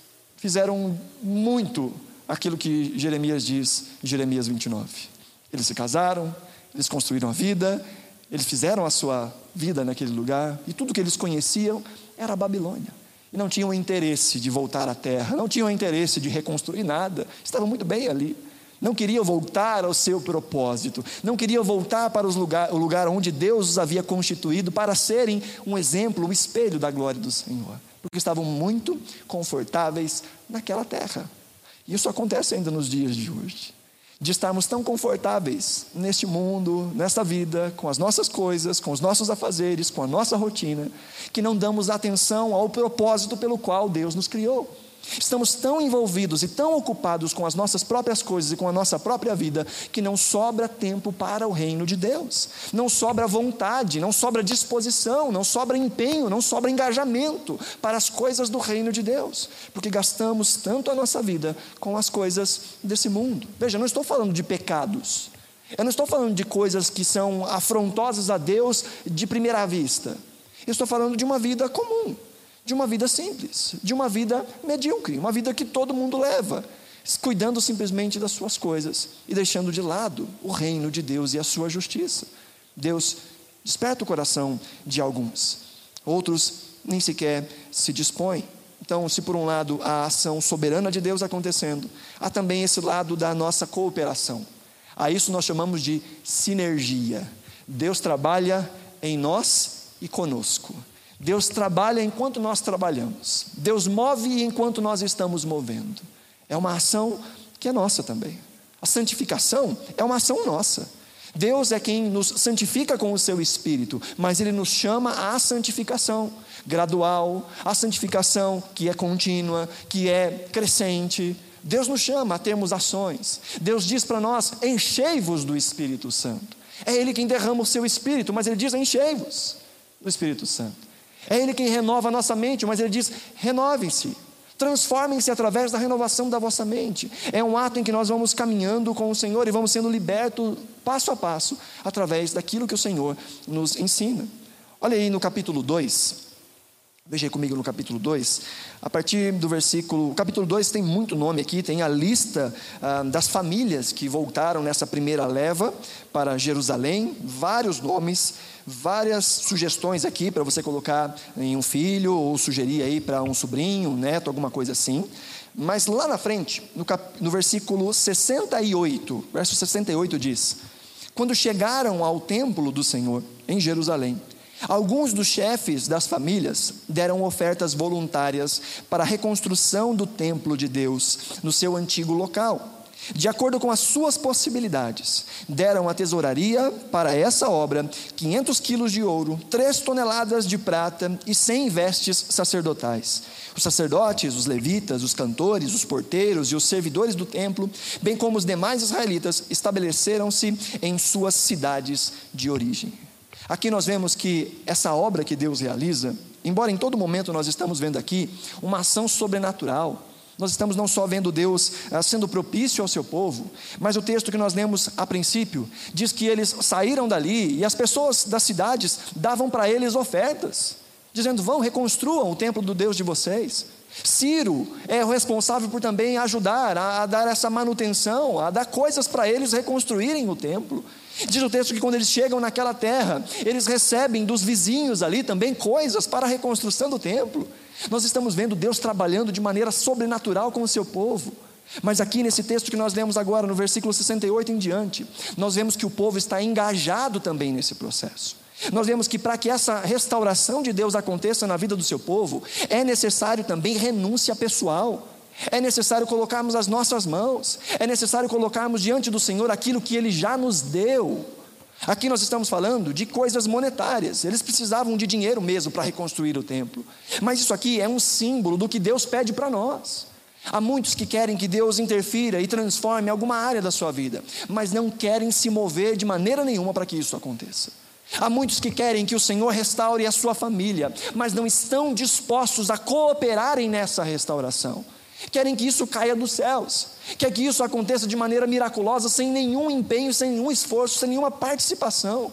Speaker 2: fizeram muito aquilo que Jeremias diz em Jeremias vinte e nove. Eles se casaram, eles construíram a vida, eles fizeram a sua vida naquele lugar, e tudo que eles conheciam era a Babilônia. E não tinham interesse de voltar à terra, não tinham interesse de reconstruir nada, estavam muito bem ali. Não queriam voltar ao seu propósito, não queriam voltar para os lugar, o lugar onde Deus os havia constituído para serem um exemplo, um espelho da glória do Senhor, porque estavam muito confortáveis naquela terra. E isso acontece ainda nos dias de hoje, de estarmos tão confortáveis neste mundo, nesta vida, com as nossas coisas, com os nossos afazeres, com a nossa rotina, que não damos atenção ao propósito pelo qual Deus nos criou. Estamos tão envolvidos e tão ocupados com as nossas próprias coisas e com a nossa própria vida, que não sobra tempo para o reino de Deus, não sobra vontade, não sobra disposição, não sobra empenho, não sobra engajamento para as coisas do reino de Deus, porque gastamos tanto a nossa vida com as coisas desse mundo. Veja, não estou falando de pecados, eu não estou falando de coisas que são afrontosas a Deus de primeira vista, eu estou falando de uma vida comum, de uma vida simples, de uma vida medíocre, uma vida que todo mundo leva, cuidando simplesmente das suas coisas e deixando de lado o reino de Deus e a sua justiça. Deus desperta o coração de alguns, outros nem sequer se dispõem. Então, se por um lado há a ação soberana de Deus acontecendo, há também esse lado da nossa cooperação. A isso nós chamamos de sinergia. Deus trabalha em nós e conosco. Deus trabalha enquanto nós trabalhamos. Deus move enquanto nós estamos movendo. É uma ação que é nossa também. A santificação é uma ação nossa. Deus é quem nos santifica com o seu Espírito, mas Ele nos chama à santificação gradual, à santificação que é contínua, que é crescente. Deus nos chama a termos ações. Deus diz para nós: enchei-vos do Espírito Santo. É Ele quem derrama o seu Espírito, mas Ele diz: enchei-vos do Espírito Santo. É Ele quem renova a nossa mente, mas Ele diz: renovem-se, transformem-se através da renovação da vossa mente. É um ato em que nós vamos caminhando com o Senhor e vamos sendo libertos passo a passo, através daquilo que o Senhor nos ensina. Olha aí no capítulo dois, veja aí comigo no capítulo dois, a partir do versículo, o capítulo dois tem muito nome aqui, tem a lista ah, das famílias que voltaram nessa primeira leva para Jerusalém, vários nomes, várias sugestões aqui para você colocar em um filho, ou sugerir aí para um sobrinho, um neto, alguma coisa assim. Mas lá na frente, no, cap, no versículo sessenta e oito, verso sessenta e oito diz: quando chegaram ao templo do Senhor em Jerusalém, alguns dos chefes das famílias deram ofertas voluntárias para a reconstrução do templo de Deus no seu antigo local. De acordo com as suas possibilidades, deram à tesouraria para essa obra quinhentos quilos de ouro, três toneladas de prata e cem vestes sacerdotais. Os sacerdotes, os levitas, os cantores, os porteiros e os servidores do templo, bem como os demais israelitas, estabeleceram-se em suas cidades de origem. Aqui nós vemos que essa obra que Deus realiza, embora em todo momento nós estamos vendo aqui uma ação sobrenatural, nós estamos não só vendo Deus ah, sendo propício ao seu povo, mas o texto que nós lemos a princípio diz que eles saíram dali e as pessoas das cidades davam para eles ofertas, dizendo: vão, reconstruam o templo do Deus de vocês. Ciro é o responsável por também ajudar a, a dar essa manutenção, a dar coisas para eles reconstruírem o templo. Diz o texto que quando eles chegam naquela terra, eles recebem dos vizinhos ali também coisas para a reconstrução do templo. Nós estamos vendo Deus trabalhando de maneira sobrenatural com o seu povo. Mas aqui nesse texto que nós lemos agora, no versículo sessenta e oito em diante, nós vemos que o povo está engajado também nesse processo. Nós vemos que para que essa restauração de Deus aconteça na vida do seu povo, é necessário também renúncia pessoal. É necessário colocarmos as nossas mãos, é necessário colocarmos diante do Senhor aquilo que Ele já nos deu. Aqui nós estamos falando de coisas monetárias, eles precisavam de dinheiro mesmo para reconstruir o templo, mas isso aqui é um símbolo do que Deus pede para nós. Há muitos que querem que Deus interfira e transforme alguma área da sua vida, mas não querem se mover de maneira nenhuma para que isso aconteça. Há muitos que querem que o Senhor restaure a sua família, mas não estão dispostos a cooperarem nessa restauração. Querem que isso caia dos céus, quer que isso aconteça de maneira miraculosa, sem nenhum empenho, sem nenhum esforço, sem nenhuma participação.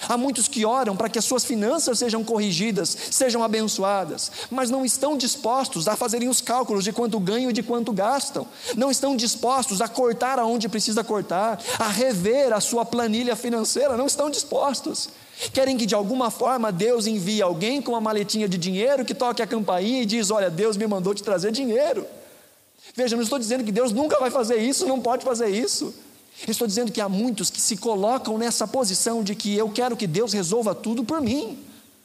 Speaker 2: Há muitos que oram para que as suas finanças sejam corrigidas, sejam abençoadas, mas não estão dispostos a fazerem os cálculos de quanto ganham e de quanto gastam. Não estão dispostos a cortar aonde precisa cortar, a rever a sua planilha financeira, não estão dispostos. Querem que de alguma forma Deus envie alguém com uma maletinha de dinheiro que toque a campainha e diz: olha, Deus me mandou te trazer dinheiro. Veja, não estou dizendo que Deus nunca vai fazer isso, não pode fazer isso. Estou dizendo que há muitos que se colocam nessa posição de que eu quero que Deus resolva tudo por mim.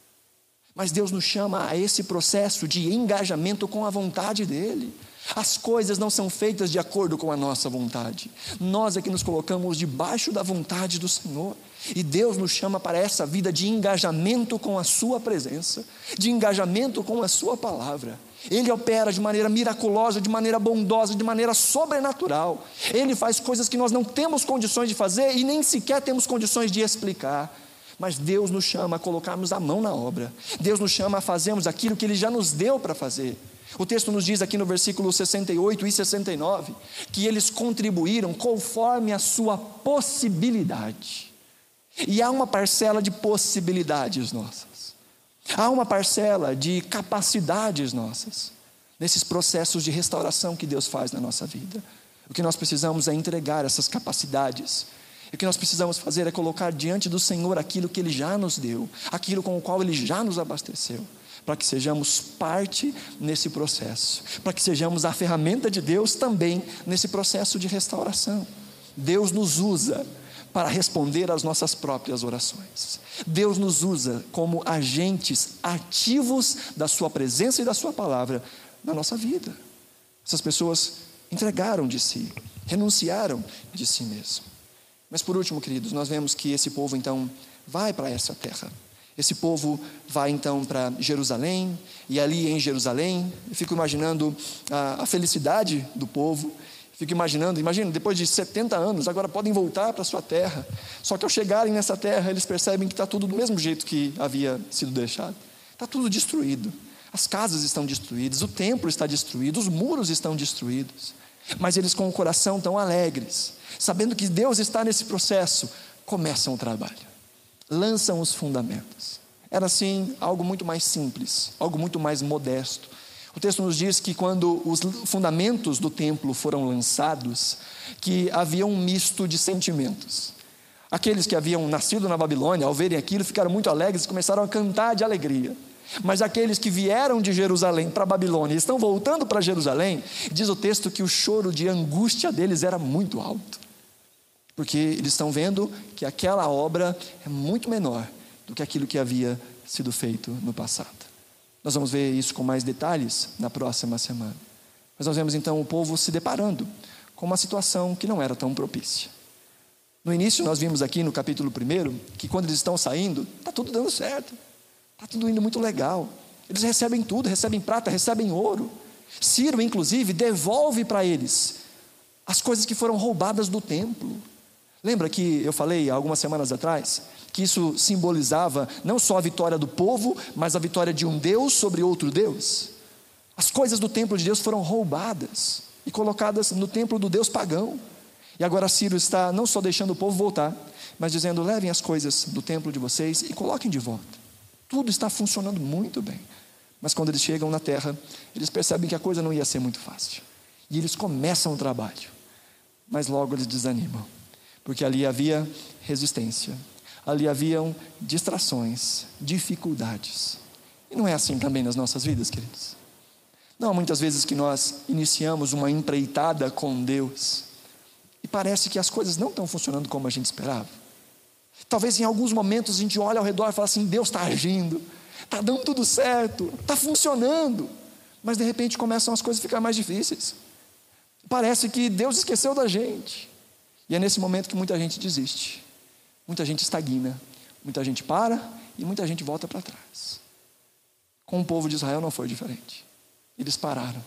Speaker 2: Mas Deus nos chama a esse processo de engajamento com a vontade dEle. As coisas não são feitas de acordo com a nossa vontade. Nós é que nos colocamos debaixo da vontade do Senhor. E Deus nos chama para essa vida de engajamento com a sua presença, de engajamento com a sua palavra. Ele opera de maneira miraculosa, de maneira bondosa, de maneira sobrenatural. Ele faz coisas que nós não temos condições de fazer e nem sequer temos condições de explicar. Mas Deus nos chama a colocarmos a mão na obra. Deus nos chama a fazermos aquilo que Ele já nos deu para fazer. O texto nos diz aqui no versículo sessenta e oito e sessenta e nove, que eles contribuíram conforme a sua possibilidade. E há uma parcela de possibilidades nossas. Há uma parcela de capacidades nossas, nesses processos de restauração que Deus faz na nossa vida. O que nós precisamos é entregar essas capacidades. E o que nós precisamos fazer é colocar diante do Senhor aquilo que Ele já nos deu, aquilo com o qual Ele já nos abasteceu, para que sejamos parte nesse processo, para que sejamos a ferramenta de Deus também nesse processo de restauração. Deus nos usa para responder às nossas próprias orações. Deus nos usa como agentes ativos da sua presença e da sua palavra na nossa vida. Essas pessoas entregaram de si, renunciaram de si mesmo. Mas por último, queridos, nós vemos que esse povo então vai para essa terra. Esse povo vai então para Jerusalém, e ali em Jerusalém, eu fico imaginando a, a felicidade do povo. Fico imaginando, imagina, depois de setenta anos, agora podem voltar para a sua terra. Só que ao chegarem nessa terra, eles percebem que está tudo do mesmo jeito que havia sido deixado. Está tudo destruído. As casas estão destruídas, o templo está destruído, os muros estão destruídos. Mas eles, com o coração tão alegres, sabendo que Deus está nesse processo, começam o trabalho. Lançam os fundamentos. Era assim algo muito mais simples, algo muito mais modesto. O texto nos diz que quando os fundamentos do templo foram lançados, que havia um misto de sentimentos. Aqueles que haviam nascido na Babilônia, ao verem aquilo, ficaram muito alegres e começaram a cantar de alegria. Mas aqueles que vieram de Jerusalém para a Babilônia e estão voltando para Jerusalém, diz o texto que o choro de angústia deles era muito alto. Porque eles estão vendo que aquela obra é muito menor do que aquilo que havia sido feito no passado. Nós vamos ver isso com mais detalhes na próxima semana. Mas nós vemos então o povo se deparando com uma situação que não era tão propícia. No início nós vimos aqui no capítulo primeiro, que quando eles estão saindo, está tudo dando certo. Está tudo indo muito legal. Eles recebem tudo, recebem prata, recebem ouro. Ciro, inclusive, devolve para eles as coisas que foram roubadas do templo. Lembra que eu falei algumas semanas atrás que isso simbolizava não só a vitória do povo, mas a vitória de um Deus sobre outro Deus? As coisas do templo de Deus foram roubadas e colocadas no templo do Deus pagão. E agora Ciro está não só deixando o povo voltar, mas dizendo: levem as coisas do templo de vocês e coloquem de volta. Tudo está funcionando muito bem. Mas quando eles chegam na terra, eles percebem que a coisa não ia ser muito fácil. E eles começam o trabalho, mas logo eles desanimam, porque ali havia resistência, ali haviam distrações, dificuldades. E não é assim também nas nossas vidas, queridos? Não, muitas vezes que nós iniciamos uma empreitada com Deus e parece que as coisas não estão funcionando como a gente esperava. Talvez em alguns momentos a gente olha ao redor e fala assim: Deus está agindo, está dando tudo certo, está funcionando. Mas de repente começam as coisas a ficar mais difíceis. Parece que Deus esqueceu da gente. E é nesse momento que muita gente desiste. Muita gente estagna, muita gente para e muita gente volta para trás. Com o povo de Israel não foi diferente. Eles pararam.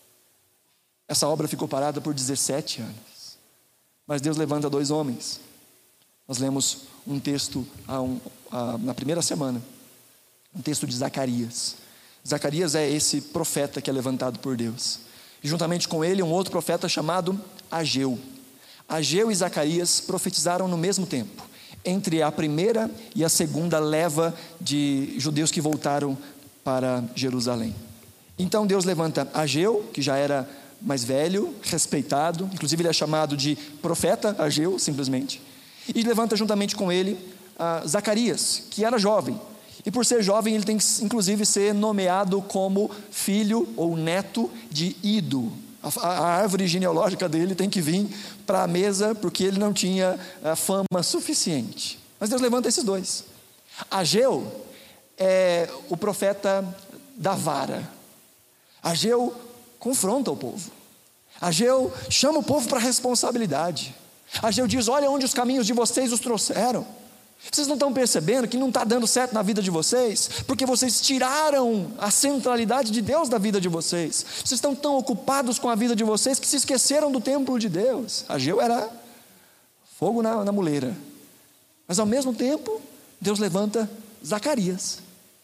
Speaker 2: Essa obra ficou parada por dezessete anos. Mas Deus levanta dois homens. Nós lemos um texto a um, a, na primeira semana, um texto de Zacarias. Zacarias é esse profeta que é levantado por Deus. E juntamente com ele um outro profeta chamado Ageu. Ageu e Zacarias profetizaram no mesmo tempo. entre a primeira e a segunda leva de judeus que voltaram para Jerusalém. Então Deus levanta Ageu, que já era mais velho, respeitado, inclusive ele é chamado de profeta Ageu, simplesmente, e levanta juntamente com ele uh, Zacarias, que era jovem, e por ser jovem ele tem que inclusive ser nomeado como filho ou neto de Ido. A, a árvore genealógica dele tem que vir para a mesa, porque ele não tinha uh, fama suficiente. Mas Deus levanta esses dois. Ageu é o profeta da vara. Ageu confronta o povo. Ageu chama o povo para a responsabilidade. Ageu diz: olha onde os caminhos de vocês os trouxeram. Vocês não estão percebendo que não está dando certo na vida de vocês, porque vocês tiraram a centralidade de Deus da vida de vocês. Vocês estão tão ocupados com a vida de vocês que se esqueceram do templo de Deus. Ageu era fogo na, na muleira. Mas ao mesmo tempo, Deus levanta Zacarias.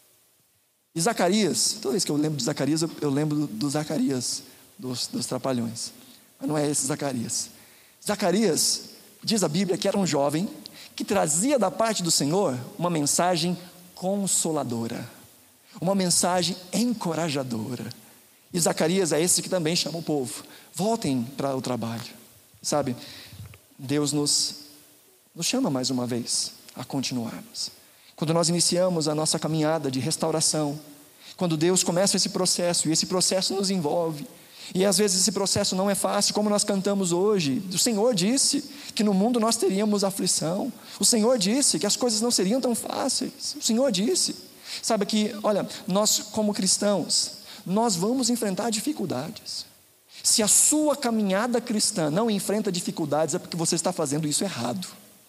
Speaker 2: E Zacarias, toda vez que eu lembro de Zacarias, eu, eu lembro do Zacarias, dos, dos Trapalhões. Mas não é esse Zacarias. Zacarias, diz a Bíblia, que era um jovem que trazia da parte do Senhor uma mensagem consoladora, uma mensagem encorajadora. E Zacarias é esse que também chama o povo: voltem para o trabalho. Sabe, Deus nos, nos chama mais uma vez a continuarmos. Quando nós iniciamos a nossa caminhada de restauração, quando Deus começa esse processo, e esse processo nos envolve, e às vezes esse processo não é fácil, como nós cantamos hoje. O Senhor disse que no mundo nós teríamos aflição. O Senhor disse que as coisas não seriam tão fáceis. O Senhor disse. Sabe que, olha, nós como cristãos, nós vamos enfrentar dificuldades. Se a sua caminhada cristã não enfrenta dificuldades, é porque você está fazendo isso errado.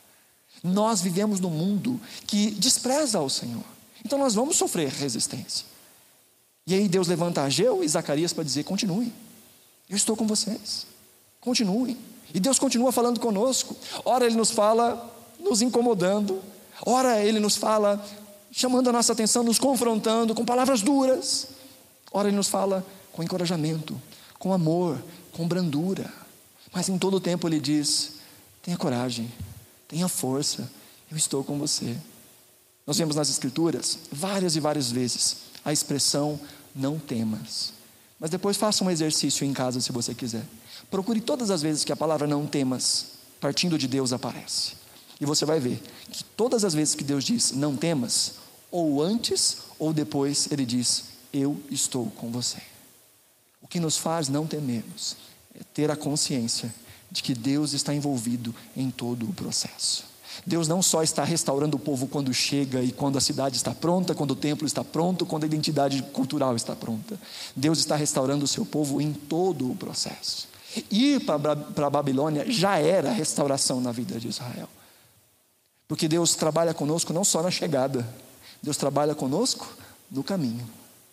Speaker 2: Nós vivemos num mundo que despreza ao Senhor. Então nós vamos sofrer resistência. E aí Deus levanta Ageu e Zacarias para dizer: continuem, eu estou com vocês, continuem. E Deus continua falando conosco. Ora Ele nos fala nos incomodando, ora Ele nos fala chamando a nossa atenção, nos confrontando com palavras duras, ora Ele nos fala com encorajamento, com amor, com brandura. Mas em todo o tempo Ele diz: tenha coragem, tenha força, eu estou com você. Nós vemos nas Escrituras várias e várias vezes a expressão não temas. Mas depois faça um exercício em casa, se você quiser. Procure todas as vezes que a palavra não temas, partindo de Deus, aparece. E você vai ver que todas as vezes que Deus diz não temas, ou antes ou depois Ele diz: eu estou com você. O que nos faz não temermos é ter a consciência de que Deus está envolvido em todo o processo. Deus não só está restaurando o povo quando chega e quando a cidade está pronta, quando o templo está pronto, quando a identidade cultural está pronta. Deus está restaurando o seu povo em todo o processo. Ir para a Babilônia já era restauração na vida de Israel. Porque Deus trabalha conosco não só na chegada, Deus trabalha conosco no caminho.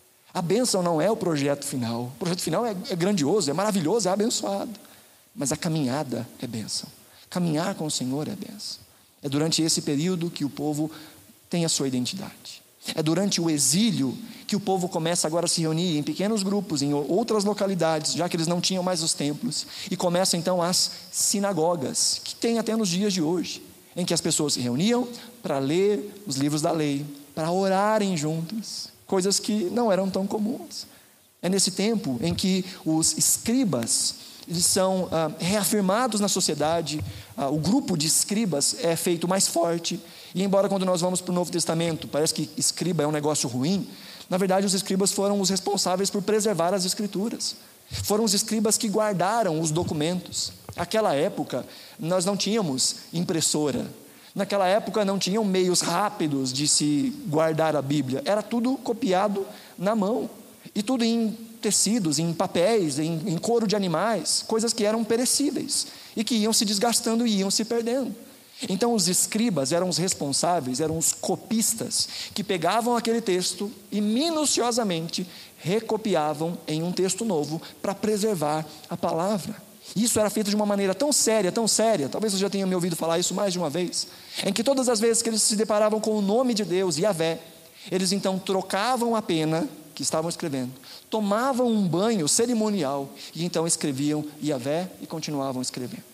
Speaker 2: A bênção não é o projeto final. O projeto final é, é grandioso, é maravilhoso, é abençoado. Mas a caminhada é bênção. Caminhar com o Senhor é bênção. É durante esse período que o povo tem a sua identidade. É durante o exílio que o povo começa agora a se reunir em pequenos grupos, em outras localidades, já que eles não tinham mais os templos. E começam então as sinagogas, que tem até nos dias de hoje, em que as pessoas se reuniam para ler os livros da lei, para orarem juntos, coisas que não eram tão comuns. É nesse tempo em que os escribas, eles são ah, reafirmados na sociedade. Ah, o grupo de escribas é feito mais forte. E embora quando nós vamos para o Novo Testamento parece que escriba é um negócio ruim, na verdade os escribas foram os responsáveis por preservar as escrituras. Foram os escribas que guardaram os documentos. Naquela época nós não tínhamos impressora. Naquela época não tinham meios rápidos de se guardar a Bíblia. Era tudo copiado na mão. E tudo em tecidos, em papéis, em, em couro de animais, coisas que eram perecíveis e que iam se desgastando e iam se perdendo. Então os escribas eram os responsáveis, eram os copistas que pegavam aquele texto e minuciosamente recopiavam em um texto novo para preservar a palavra. Isso era feito de uma maneira tão séria, tão séria, talvez você já tenha me ouvido falar isso mais de uma vez, em que todas as vezes que eles se deparavam com o nome de Deus, Yahvé, eles então trocavam a pena que estavam escrevendo, tomavam um banho cerimonial e então escreviam Yahvé e continuavam escrevendo.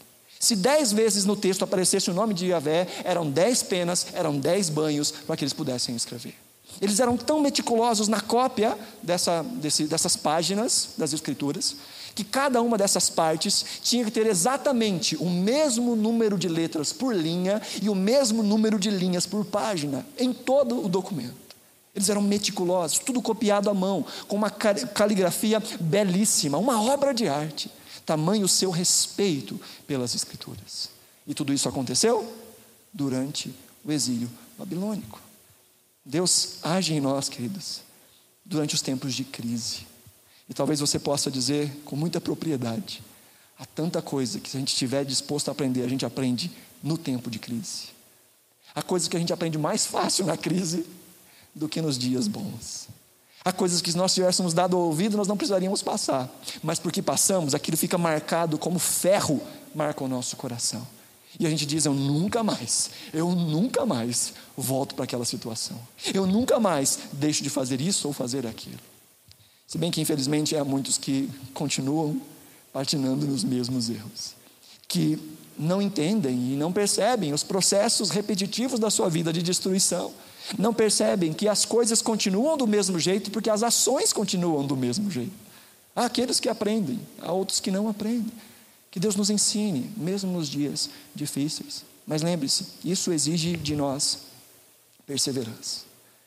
Speaker 2: Se dez vezes no texto aparecesse o nome de Yahvé, eram dez penas, eram dez banhos para que eles pudessem escrever. Eles eram tão meticulosos na cópia dessa, desse, dessas páginas das Escrituras, que cada uma dessas partes tinha que ter exatamente o mesmo número de letras por linha e o mesmo número de linhas por página, em todo o documento. Eles eram meticulosos, tudo copiado à mão, com uma caligrafia belíssima, uma obra de arte. Tamanho o seu respeito pelas Escrituras. E tudo isso aconteceu durante o exílio babilônico. Deus age em nós, queridos, durante os tempos de crise. E talvez você possa dizer com muita propriedade: há tanta coisa que, se a gente estiver disposto a aprender, a gente aprende no tempo de crise. Há coisas que a gente aprende mais fácil na crise do que nos dias bons. Há coisas que, se nós tivéssemos dado ouvido, nós não precisaríamos passar, mas porque passamos, aquilo fica marcado como ferro marca o nosso coração. E a gente diz: eu nunca mais, eu nunca mais volto para aquela situação. Eu nunca mais deixo de fazer isso ou fazer aquilo. Se bem que, infelizmente, há muitos que continuam patinando nos mesmos erros, que não entendem e não percebem os processos repetitivos da sua vida de destruição. Não percebem que as coisas continuam do mesmo jeito porque as ações continuam do mesmo jeito. Há aqueles que aprendem, há outros que não aprendem. Que Deus nos ensine, mesmo nos dias difíceis. Mas lembre-se, isso exige de nós perseverança.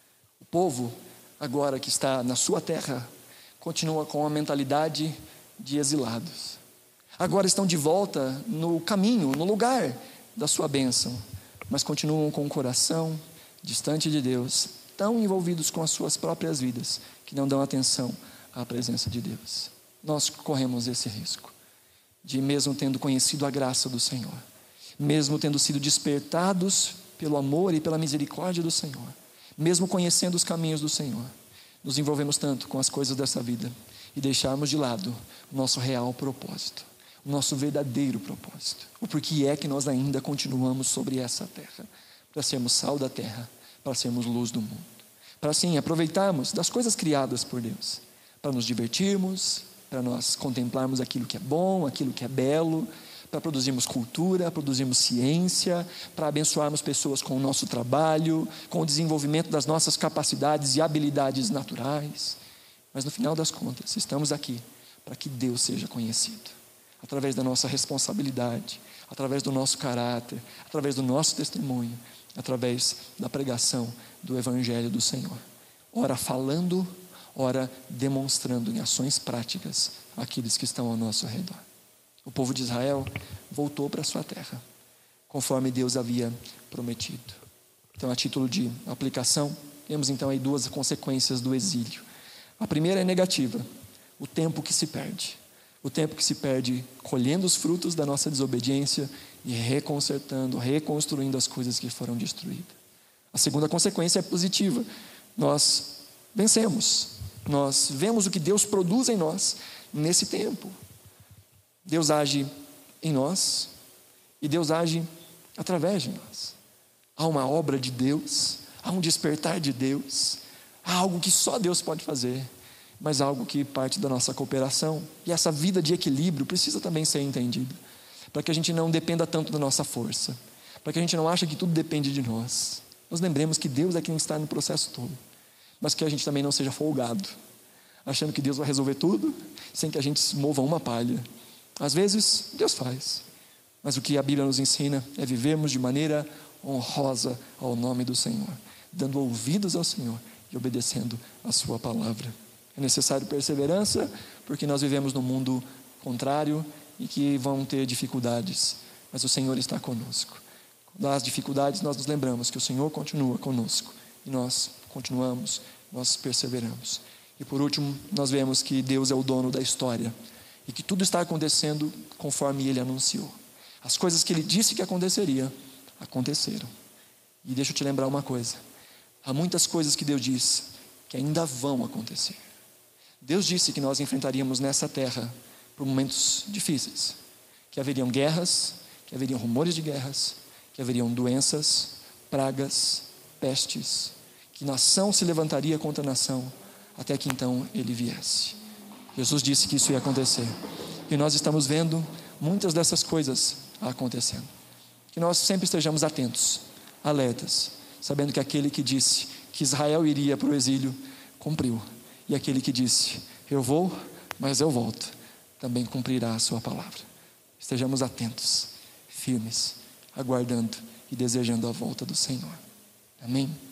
Speaker 2: O povo, agora que está na sua terra, continua com a mentalidade de exilados. Agora estão de volta no caminho, no lugar da sua bênção, mas continuam com o coração distante de Deus, tão envolvidos com as suas próprias vidas, que não dão atenção à presença de Deus. Nós corremos esse risco de, mesmo tendo conhecido a graça do Senhor, mesmo tendo sido despertados pelo amor e pela misericórdia do Senhor, mesmo conhecendo os caminhos do Senhor, nos envolvemos tanto com as coisas dessa vida e deixarmos de lado o nosso real propósito, o nosso verdadeiro propósito, o porquê é que nós ainda continuamos sobre essa terra, para sermos sal da terra, para sermos luz do mundo, para assim aproveitarmos das coisas criadas por Deus, para nos divertirmos, para nós contemplarmos aquilo que é bom, aquilo que é belo, para produzirmos cultura, produzirmos ciência, para abençoarmos pessoas com o nosso trabalho, com o desenvolvimento das nossas capacidades e habilidades naturais. Mas no final das contas, estamos aqui para que Deus seja conhecido, através da nossa responsabilidade, através do nosso caráter, através do nosso testemunho, através da pregação do Evangelho do Senhor. Ora falando, ora demonstrando em ações práticas aqueles que estão ao nosso redor. O povo de Israel voltou para a sua terra, conforme Deus havia prometido. Então, a título de aplicação, temos então aí duas consequências do exílio. A primeira é negativa: o tempo que se perde. O tempo que se perde colhendo os frutos da nossa desobediência e reconsertando, reconstruindo as coisas que foram destruídas. A segunda consequência é positiva: nós vencemos, nós vemos o que Deus produz em nós nesse tempo. Deus age em nós e Deus age através de nós. Há uma obra de Deus, há um despertar de Deus, há algo que só Deus pode fazer, mas algo que parte da nossa cooperação. E essa vida de equilíbrio precisa também ser entendida, para que a gente não dependa tanto da nossa força, para que a gente não ache que tudo depende de nós. Nós lembremos que Deus é quem está no processo todo, mas que a gente também não seja folgado, achando que Deus vai resolver tudo, sem que a gente mova uma palha. Às vezes, Deus faz, mas o que a Bíblia nos ensina é vivermos de maneira honrosa ao nome do Senhor, dando ouvidos ao Senhor e obedecendo a sua palavra. É necessário perseverança, porque nós vivemos num mundo contrário e que vão ter dificuldades, mas o Senhor está conosco. Das dificuldades, nós nos lembramos que o Senhor continua conosco e nós continuamos, nós perseveramos. E por último, nós vemos que Deus é o dono da história e que tudo está acontecendo conforme Ele anunciou. As coisas que Ele disse que aconteceria, aconteceram. E deixa eu te lembrar uma coisa: há muitas coisas que Deus diz que ainda vão acontecer. Deus disse que nós enfrentaríamos nessa terra por momentos difíceis, que haveriam guerras, que haveriam rumores de guerras, que haveriam doenças, pragas, pestes, que nação se levantaria contra nação, até que então Ele viesse. Jesus disse que isso ia acontecer, e nós estamos vendo muitas dessas coisas acontecendo. Que nós sempre estejamos atentos, alertas, sabendo que aquele que disse que Israel iria para o exílio, cumpriu. E aquele que disse, eu vou, mas eu volto, também cumprirá a sua palavra. Estejamos atentos, firmes, aguardando e desejando a volta do Senhor. Amém?